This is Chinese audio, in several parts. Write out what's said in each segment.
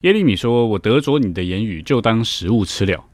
耶利米说：“我得着你的言语，就当食物吃了。”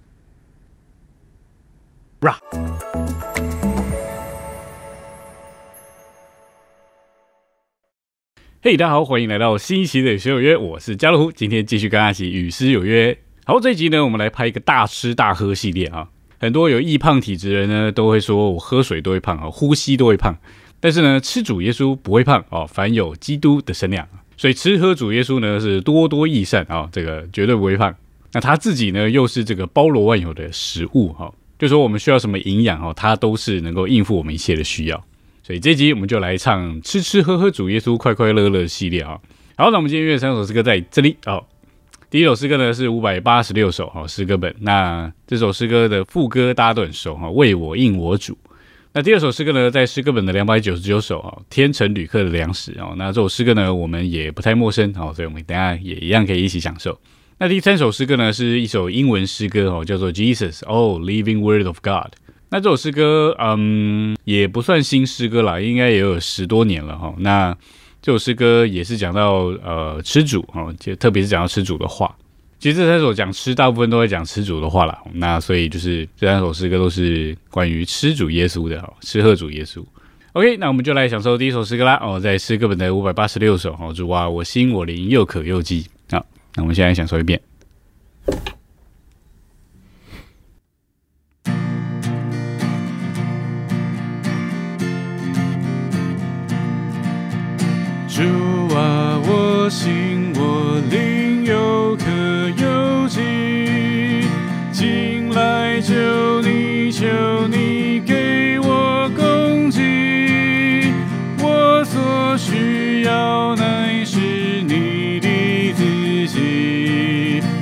嘿，大家好，欢迎来到新一期的与诗有约，我是家乐福，今天继续跟大家一起与诗有约。好，这一集呢，我们来拍一个大吃大喝系列啊。很多有易胖体质的人呢，都会说我喝水都会胖，呼吸都会胖。但是呢，吃主耶稣不会胖哦，凡有基督的身量。所以吃喝主耶稣呢是多多益善啊，这个绝对不会胖。那他自己呢又是这个包罗万有的食物哈，就说我们需要什么营养哦，他都是能够应付我们一切的需要。所以这集我们就来唱吃吃喝喝主耶稣快快乐乐系列啊。好，那我们今天约3首诗歌在这里哦。第一首诗歌呢是586首诗歌本，那这首诗歌的副歌大家都很熟哈，为我应我主。那第二首诗歌呢，在诗歌本的299首天成旅客的粮食那这首诗歌呢，我们也不太陌生所以我们等一下也一样可以一起享受。那第三首诗歌呢，是一首英文诗歌叫做 Jesus Oh Living Word of God。那这首诗歌也不算新诗歌啦，应该也有10多年了那这首诗歌也是讲到吃主就特别是讲到吃主的话。其实这3首讲吃，大部分都在讲吃主的话啦。那所以就是这3首诗歌都是关于吃主耶稣的吃喝主耶稣。OK， 那我们就来享受第一首诗歌啦在诗歌本的586首主啊，我心我灵又渴又饥。好，那我们现在享受一遍。主啊，我心我灵又渴又饥，进来求你给我供给，我所需要乃是你的自己，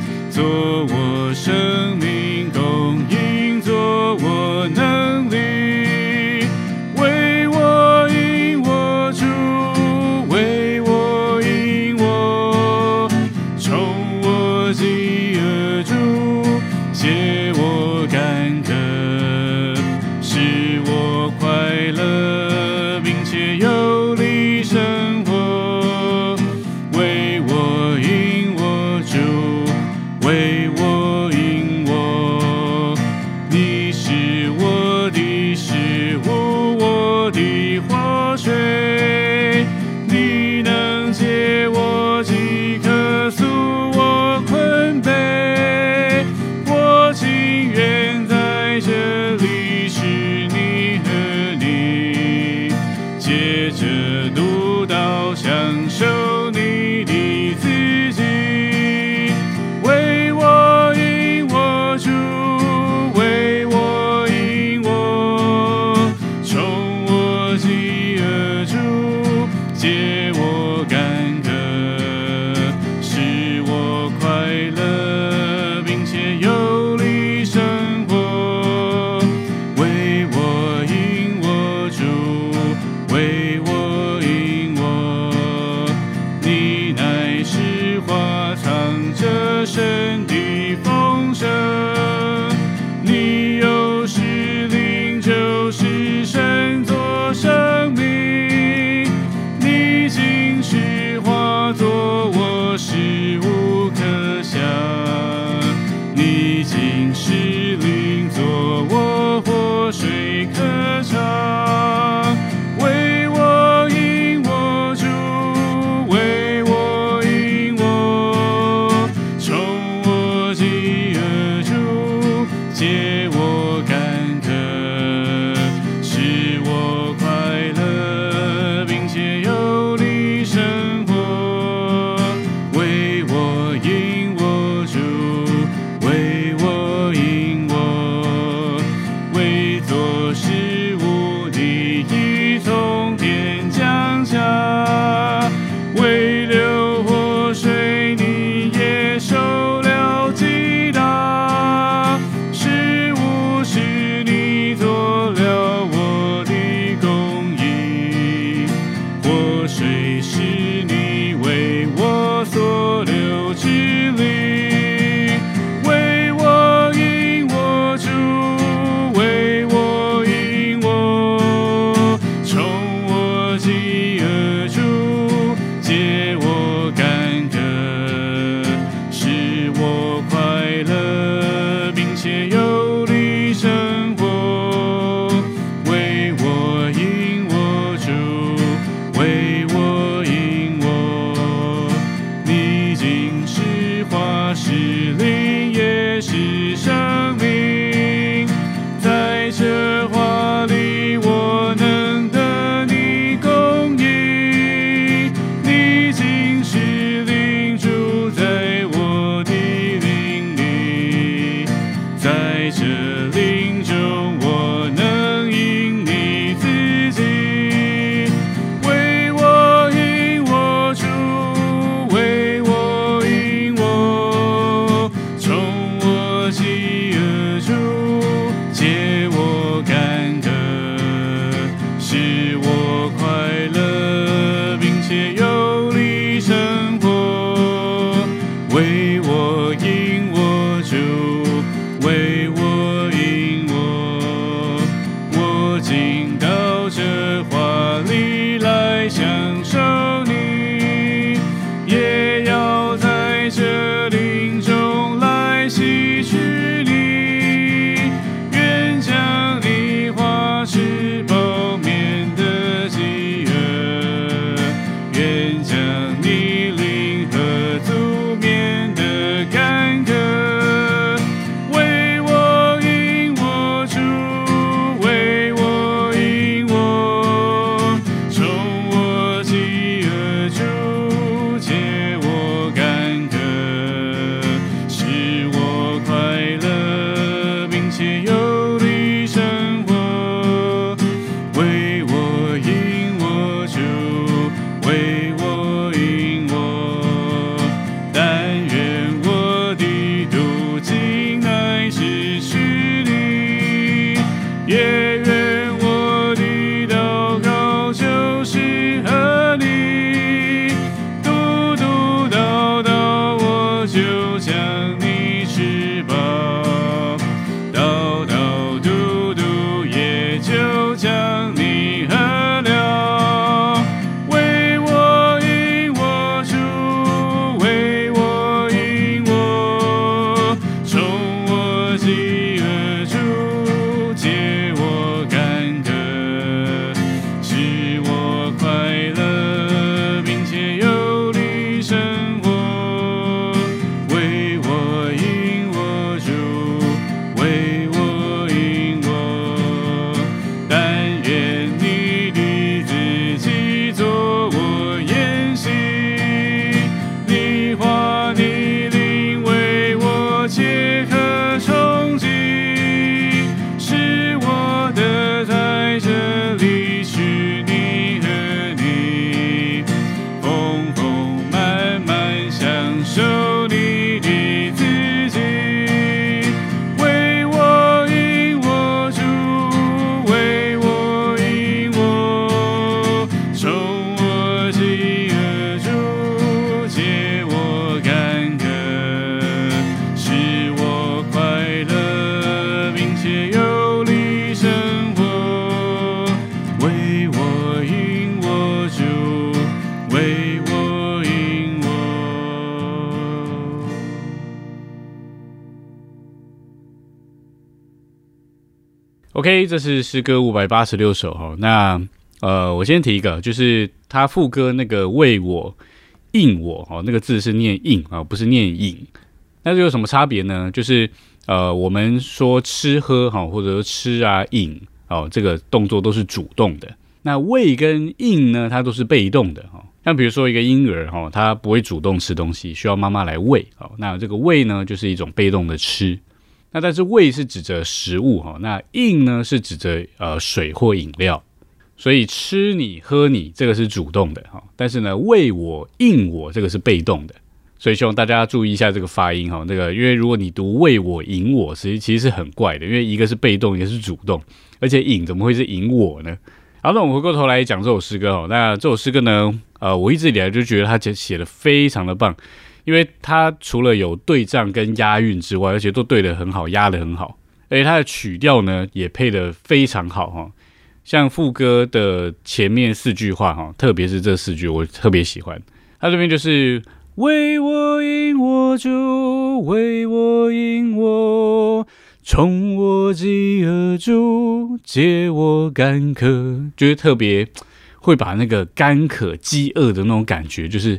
花是灵，也是生命。在这花里，我能得你供应。你竟是灵，住在我的灵里。在这灵中，我能因你自己。为我因我主，为我因我，从我饥饿主，解我干渴，使我快乐，并且有力生活。为我因我主，为我因我，我进到这花里来享受你，也要在这灵中来吸取你。愿将你花枝包面的饥饿，愿将你灵和足面的干渴。为我因我主，为我因我，从我饥饿主，解我干渴，使我快乐，并且有力生活。为我因我主，为我因我，但愿我的途径乃是虚你，也愿我的祷告就是和你。嘟嘟叨叨，我就将你吃饱；叨叨嘟嘟，也就将你喝了。为我因我主，为我因我，从我饥饿主，解我干渴，使我快乐，并且有力生活。为我因我主，为我因我，但愿你的自己做我筵席。你花你灵为我切割冲击，使我的在这里许你和你，丰丰满满享受你的自己。为我因我主，为我因我，从我饥饿主，解我干渴，使我快乐，并且有力生活。为我因我主，为我因我。OK， 这是诗歌586首哈。那我先提一个，就是他副歌那个为我应我哦，那个字是念应啊，不是念应。那这有什么差别呢？就是我们说吃喝哈，或者说吃啊饮哦，这个动作都是主动的。那喂跟应呢，它都是被动的哈。像比如说一个婴儿哈，他不会主动吃东西，需要妈妈来喂。好，那这个喂呢，就是一种被动的吃。那但是喂是指着食物哈，那应呢是指着水或饮料。所以吃你喝你这个是主动的哈，但是呢喂我应我这个是被动的。所以希望大家注意一下这个发音哈，那个因为如果你读为我引我，其实是很怪的，因为一个是被动，一个是主动，而且引怎么会是引我呢？好，那我们回过头来讲这首诗歌哦。那这首诗歌呢，我一直以来就觉得它写得非常的棒，因为它除了有对仗跟押韵之外，而且都对得很好，押得很好，而且它的曲调呢也配得非常好哈。像副歌的前面4句话哈，特别是这4句我特别喜欢。它这边就是为我因我主，为我因我，从我饥饿主，解我干渴，就是特别会把那个干渴、饥饿的那种感觉，就是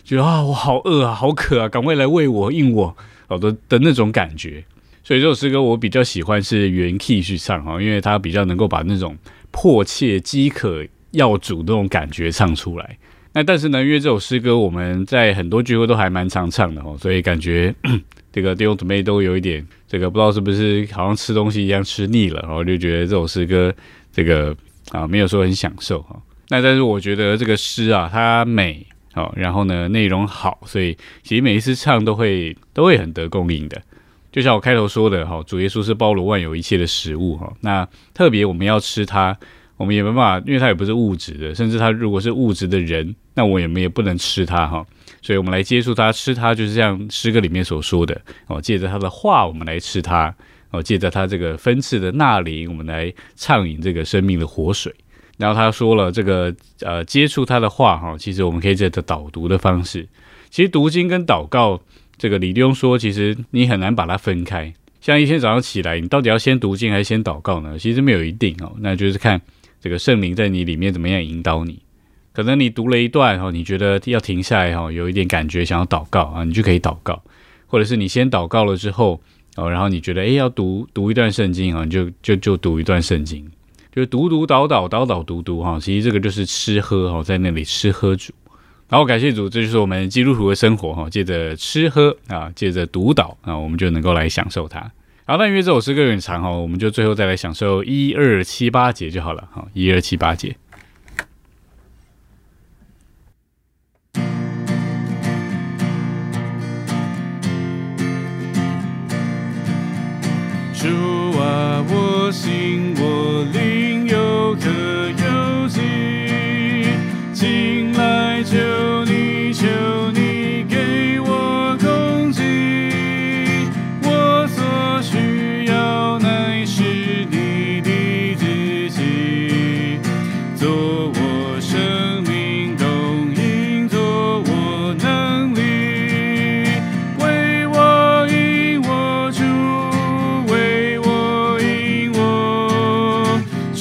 觉得我好饿啊，好渴啊，赶快来喂我应我的那种感觉。所以这首诗歌我比较喜欢是原 key 去唱因为它比较能够把那种迫切饥渴要主那种感觉唱出来。那但是呢，因为这首诗歌我们在很多聚会都还蛮常唱的所以感觉这个弟兄姊妹都有一点这个不知道是不是好像吃东西一样吃腻了，就觉得这首诗歌这个没有说很享受那但是我觉得这个诗它美然后呢内容好，所以其实每一次唱都会很得供应的。就像我开头说的主耶稣是包罗万有一切的食物那特别我们要吃它，我们也没办法，因为它也不是物质的，甚至它如果是物质的人，那我们也不能吃它所以我们来接触它吃它，就是像诗歌里面所说的借着它的话我们来吃它借着它这个分赐的纳灵，我们来畅饮这个生命的活水。然后他说了这个接触他的话其实我们可以借着导读的方式。其实读经跟祷告这个李弟兄说，其实你很难把它分开。像一天早上起来，你到底要先读经还是先祷告呢？其实没有一定那就是看这个圣灵在你里面怎么样引导你。可能你读了一段你觉得要停下来有一点感觉想要祷告你就可以祷告，或者是你先祷告了之后然后你觉得要读一段圣经你就读一段圣经。就读祷读其实这个就是吃喝在那里吃喝主。然后感谢主，这就是我们基督徒的生活借着吃喝借着读祷我们就能够来享受它。好，那因为这首诗歌有点长我们就最后再来享受1、2、7、8节就好了1、2、7、8节。主啊，我心我灵有可有尽，近来求你给我供给，我所需要乃是你的自己，做我生命供应，做我能力，为我引我主，为我引我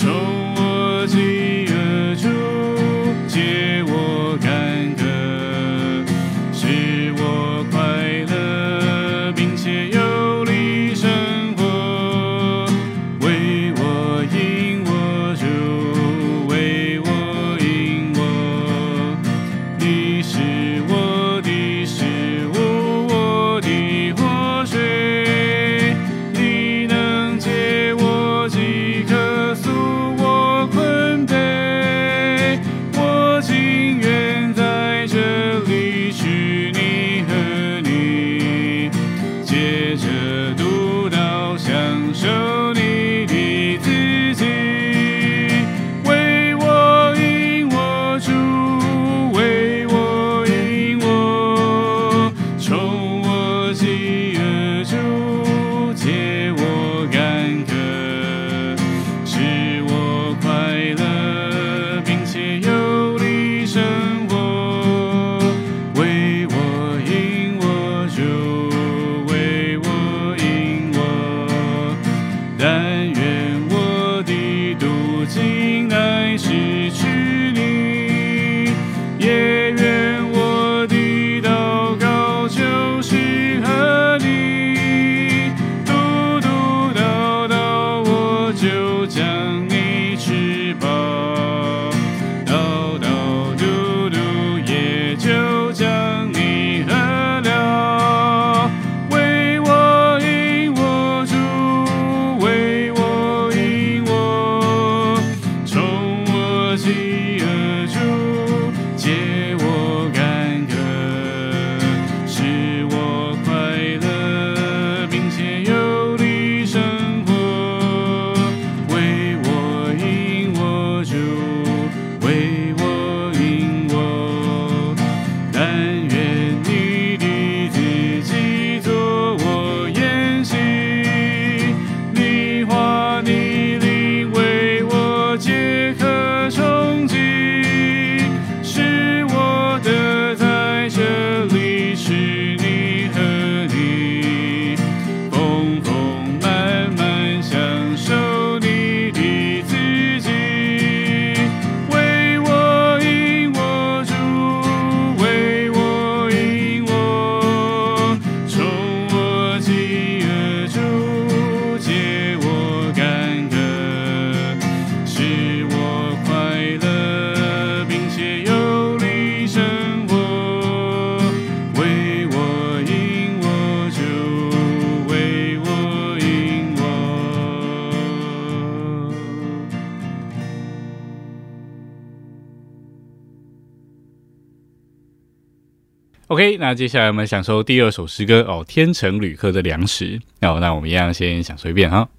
OK， 那接下来我们享受第二首诗歌哦，天成旅客的粮食。哦，那我们一样先享受一遍哈。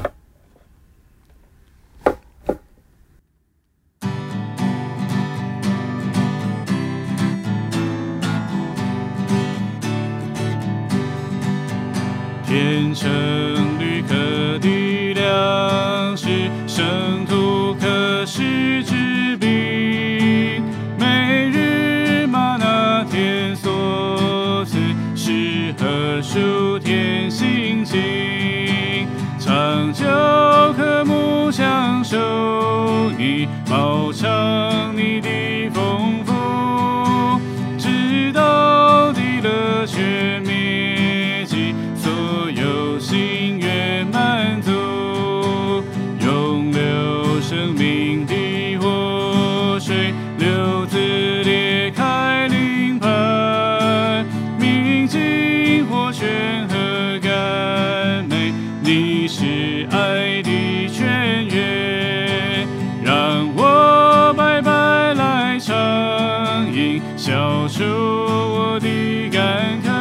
天成旅客的粮食，圣徒可食之饼。每日吗哪天所赐，是何属天性情。长久渴慕享受你，饱尝你的丰富，直到地乐全灭尽。心愿满足，永留生命的活水，流自裂开灵盘，明镜火泉和甘美，你是爱的泉源，让我白白来畅饮，消除我的干渴。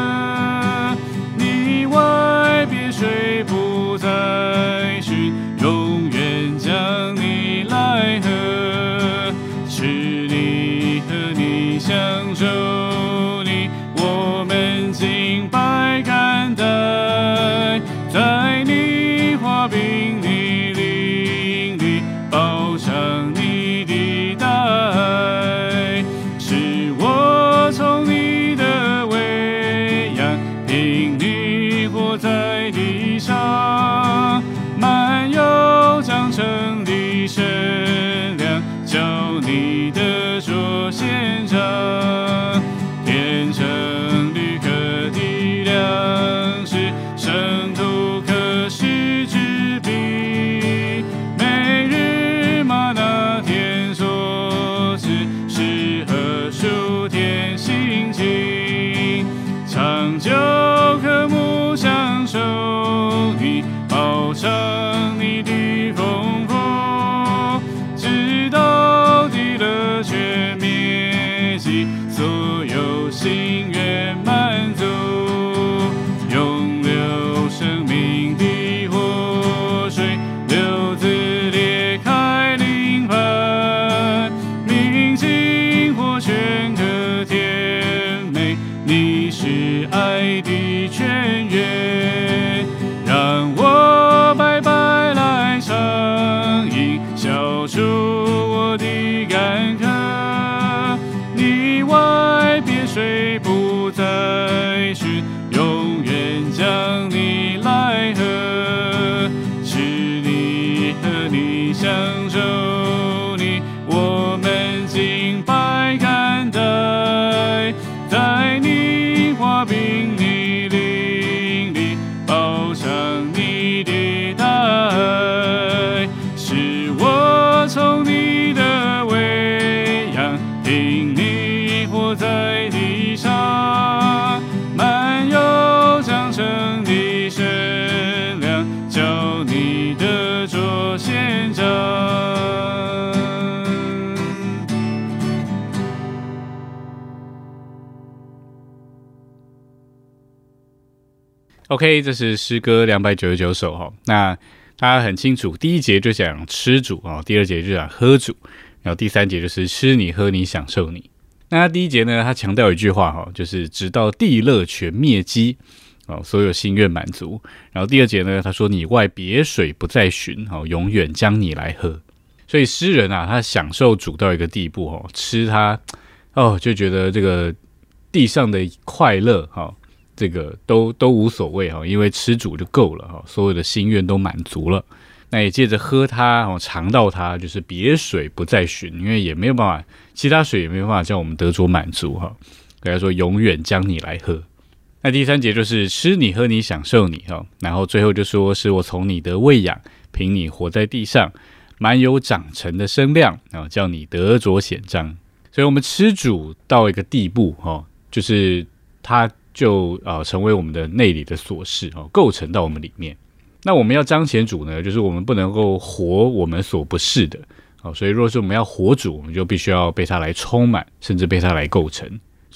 水不再寻，永远将你来喝，吃你喝你享受你，我们敬拜看待，在你画饼你灵里，饱尝你的大爱，是我从你的喂养，凭你活在地上，满有将成的圣量，叫你的作献上。天成旅客的粮食，圣徒可食之饼。每日吗哪天所赐，是何属天性情。长久渴慕享受你，饱尝你的丰富，直到地乐全灭尽，所有心愿满足，永留生命的活水，流自裂开灵盘，明镜火泉可甜美，你是爱的泉源，让我白白来畅饮，消除我的干渴。你外别水不再寻，永远将你来喝，吃你喝你享受你，我们敬拜看待，在你画饼你灵里，饱尝你的大爱，是我从你的喂养，凭你活在地上，满有将成的圣量，叫你的作献上。OK， 这是诗歌299首哈。那大家很清楚，第一节就讲吃主哦，第二节就讲喝主，然后第三节就是吃你喝你享受你。那第一节呢，他强调一句话哈，就是直到地乐全灭迹哦，所有心愿满足。然后第二节呢，他说你外别水不再寻哦，永远将你来喝。所以诗人啊，他享受主到一个地步哦，吃他哦就觉得这个地上的快乐哈。这个都无所谓哈，因为吃主就够了哈，所有的心愿都满足了。那也借着喝它，尝到它，就是别水不再寻，因为也没有办法，其他水也没有办法叫我们得着满足哈。大家说永远将你来喝。那第三节就是吃你喝你享受你哈，然后最后就说是我从你的喂养，凭你活在地上，满有长成的身量啊，叫你得着显彰。所以我们吃主到一个地步哈，就是它就成为我们的内里的琐事构成到我们里面。那我们要彰显主呢，就是我们不能够活我们所不是的所以若是我们要活主，我们就必须要被他来充满，甚至被他来构成。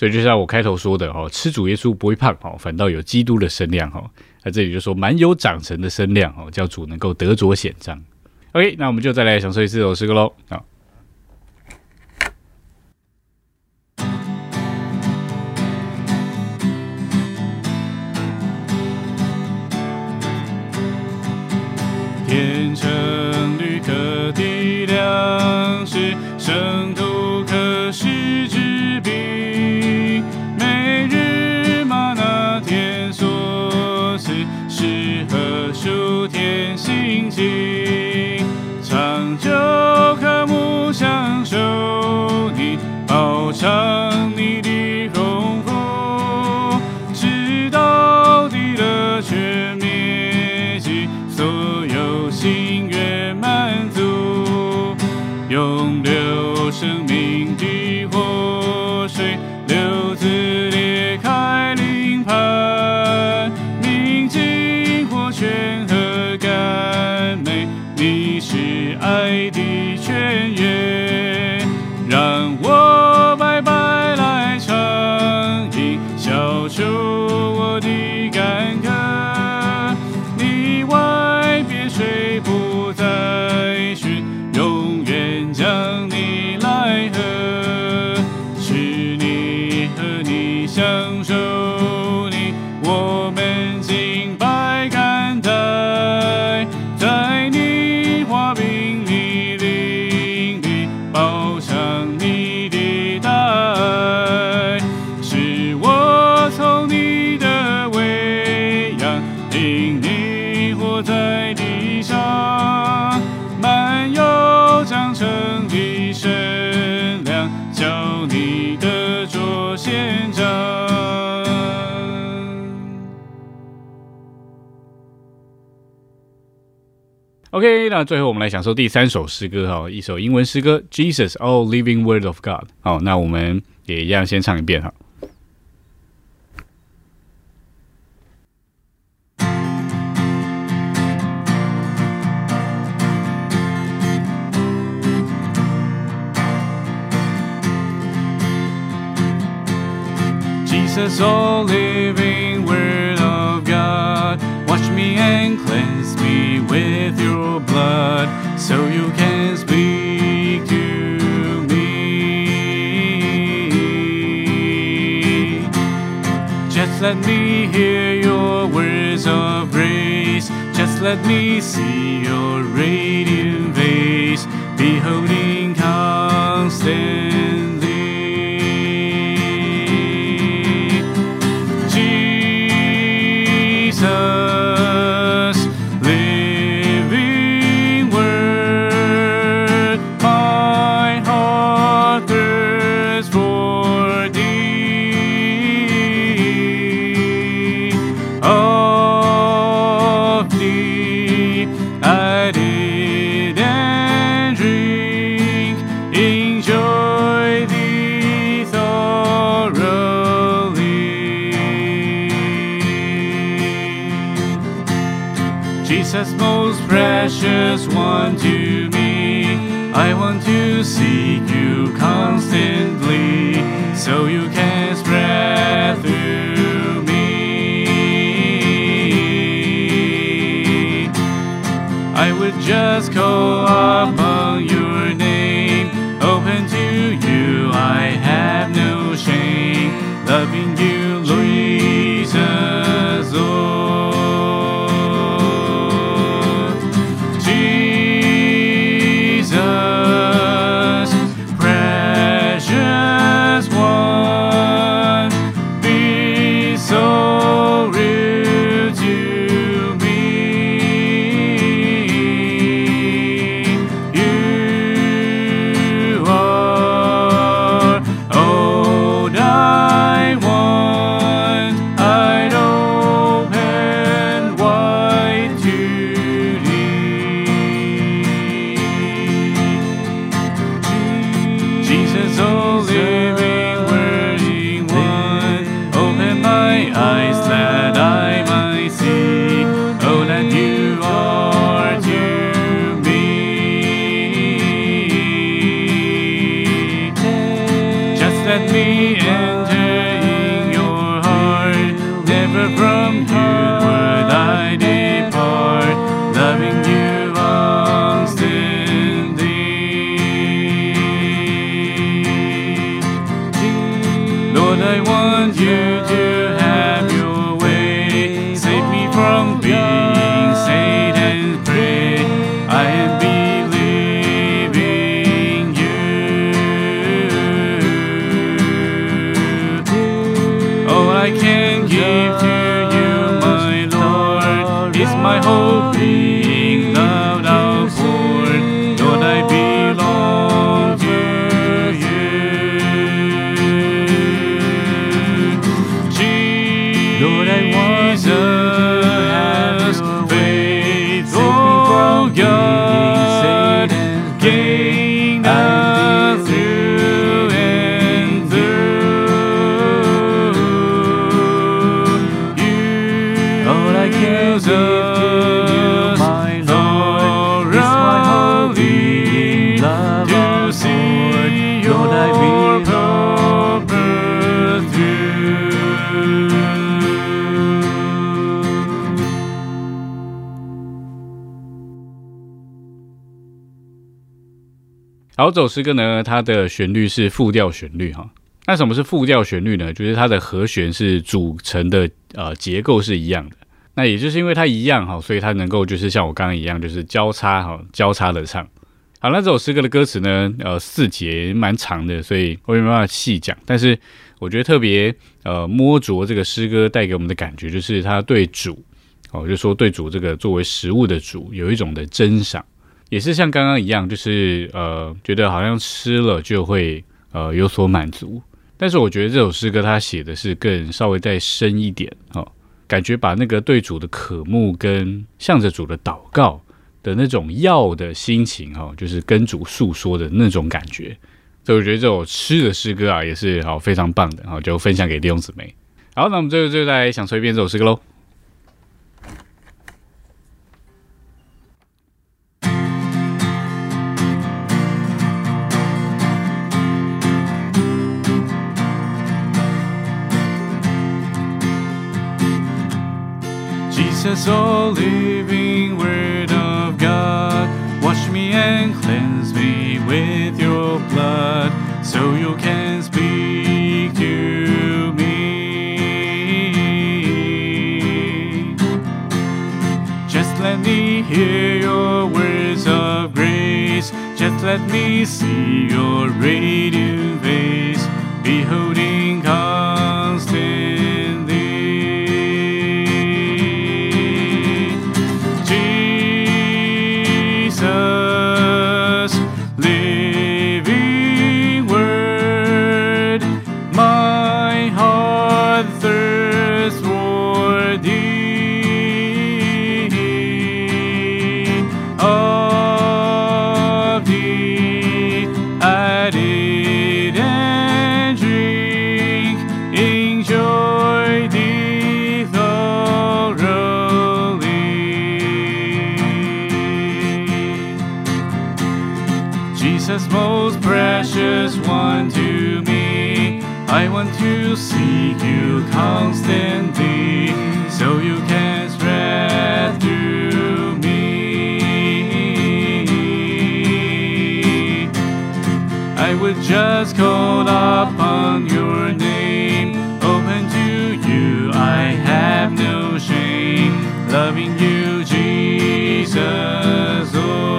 所以就像我开头说的吃主耶稣不会胖反倒有基督的身量那这里就说满有长成的身量叫主能够得着显彰。OK， 那我们就再来享受一次这首诗歌咯。 天成旅客的粮食，圣徒可食之饼。每日玛拿天所赐，适合属天心境。长久渴慕享受你，饱尝你的荣福，直到地的全灭尽，所有心愿满足。永流生命的活水，流自裂开灵磐，明净活泉和甘美，你是爱的泉源。让我白白来畅饮，消除我的干渴。你外别水不再寻，永远将你来喝。是你和你享受你，我们敬拜感戴，在你华饼里灵里饱尝你的大爱。是我从你的喂养，令你活在地上，满有长成的身量，叫你得着显彰。 OK， 那最后我们来享受第3首诗歌一首英文诗歌 Jesus All Living Word of God。那我们也一样先唱一遍 Jesus, all living word of God, wash me and cleanse me with your blood, so you can speak to me. Just let me hear your words of grace, just let me see your radiant face, beholding constantly. Jesus, living word, my heart thirsts for thee. Of thee I did and drink, enjoy thee thoroughly. Jesus, most precious one to me, I want to seek you constantly, so you can spread through me. I would just call upon your name, open to you, I have no shame, loving you, Jesus, Lord. Precious one, be so real to me. You is my hope being loved outward. Lord, I belong to you. Lord, I want to have your way. Faithful God, gain us through and through. Lord, I give to you, my Lord, thoroughly to see your purpose through. 好，这首诗歌呢，它的旋律是复调旋律哈。那什么是复调旋律呢？就是它的和弦是组成的结构是一样的。那也就是因为它一样哈，所以它能够就是像我刚刚一样，就是交叉的唱。好，那这首诗歌的歌词呢，4节蛮长的，所以我没办法细讲。但是我觉得特别摸着这个诗歌带给我们的感觉，就是它对主就说对主这个作为食物的主有一种的珍赏。也是像刚刚一样，就是觉得好像吃了就会有所满足，但是我觉得这首诗歌它写的是更稍微再深一点感觉把那个对主的渴慕跟向着主的祷告的那种要的心情就是跟主诉说的那种感觉，所以我觉得这首吃的诗歌也是非常棒的就分享给弟兄姊妹。好，那我们最后再来享受一遍这首诗歌咯。 Jesus, oh living word of God, wash me and cleanse me with your blood, so you can speak to me. Just let me hear your words of grace, just let me see your radiant face, beholding constantly. Jesus, living word, my heart thirsts for thee. Of thee I did and drink, enjoy thee thoroughly. Jesus, most precious one to me, I want to seek you constantly, so you can spread through me. I would just call upon your name, open to you, I have no shame, loving you, Jesus, oh.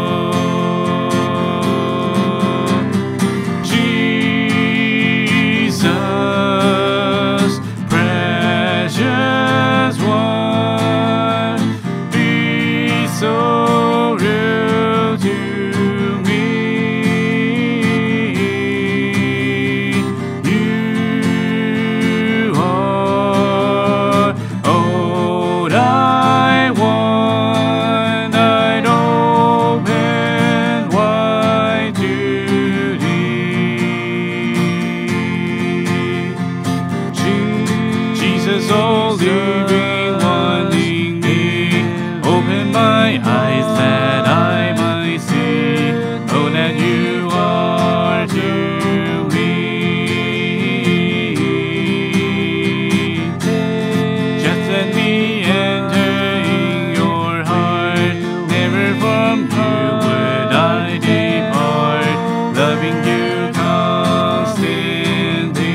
Jesus, precious one, be so real to me. You are all I want, I'd open wide to thee. Jesus, oh living one in me, open my eyes that I might see all that you are to me. Just let me enter in your heart, never from you would I depart, loving you constantly.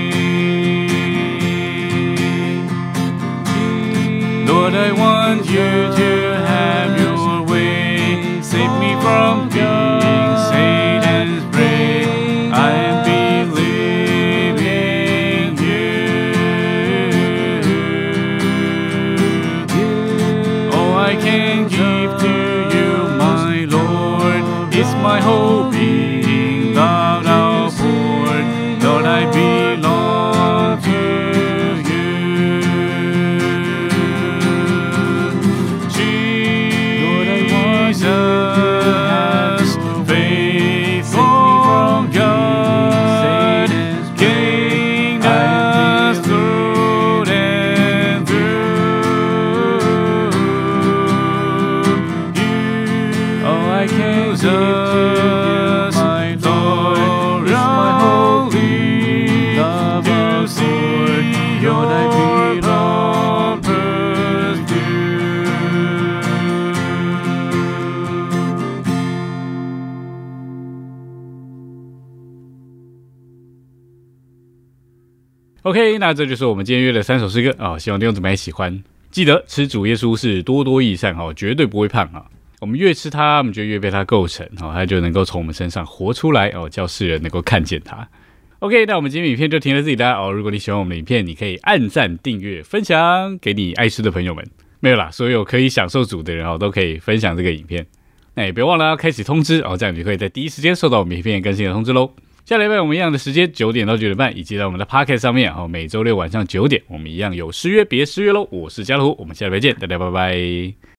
Lord, I want you to have your way, save me from being Satan's prey. I am believing you. Oh, I can give to you, my Lord, is my hope being thou poured. Lord, I belong to you. Jesus, faithful God, gain us through and through. Oh, I can give to you, my Lord, is my holy love of Lord. Lord, I belong to you. OK， 那这就是我们今天约的3首诗歌啊、希望弟兄姊妹喜欢。记得吃主耶稣是多多益善哈，绝对不会胖啊。我们越吃它，我们就越被它构成，它就能够从我们身上活出来哦，叫世人能够看见它。OK， 那我们今天影片就停在这里啦哦。如果你喜欢我们的影片，你可以按赞、订阅、分享给你爱吃的朋友们。没有啦，所有可以享受主的人哦，都可以分享这个影片。那也别忘了要开启通知哦，这样你就可以在第一时间收到我们影片更新的通知喽。下礼拜我们一样的时间9点到9点半，以及在我们的 Podcast 上面哦，每周六晚上9点，我们一样有诗约别诗约喽。我是家乐福，我们下礼拜见，大家拜拜。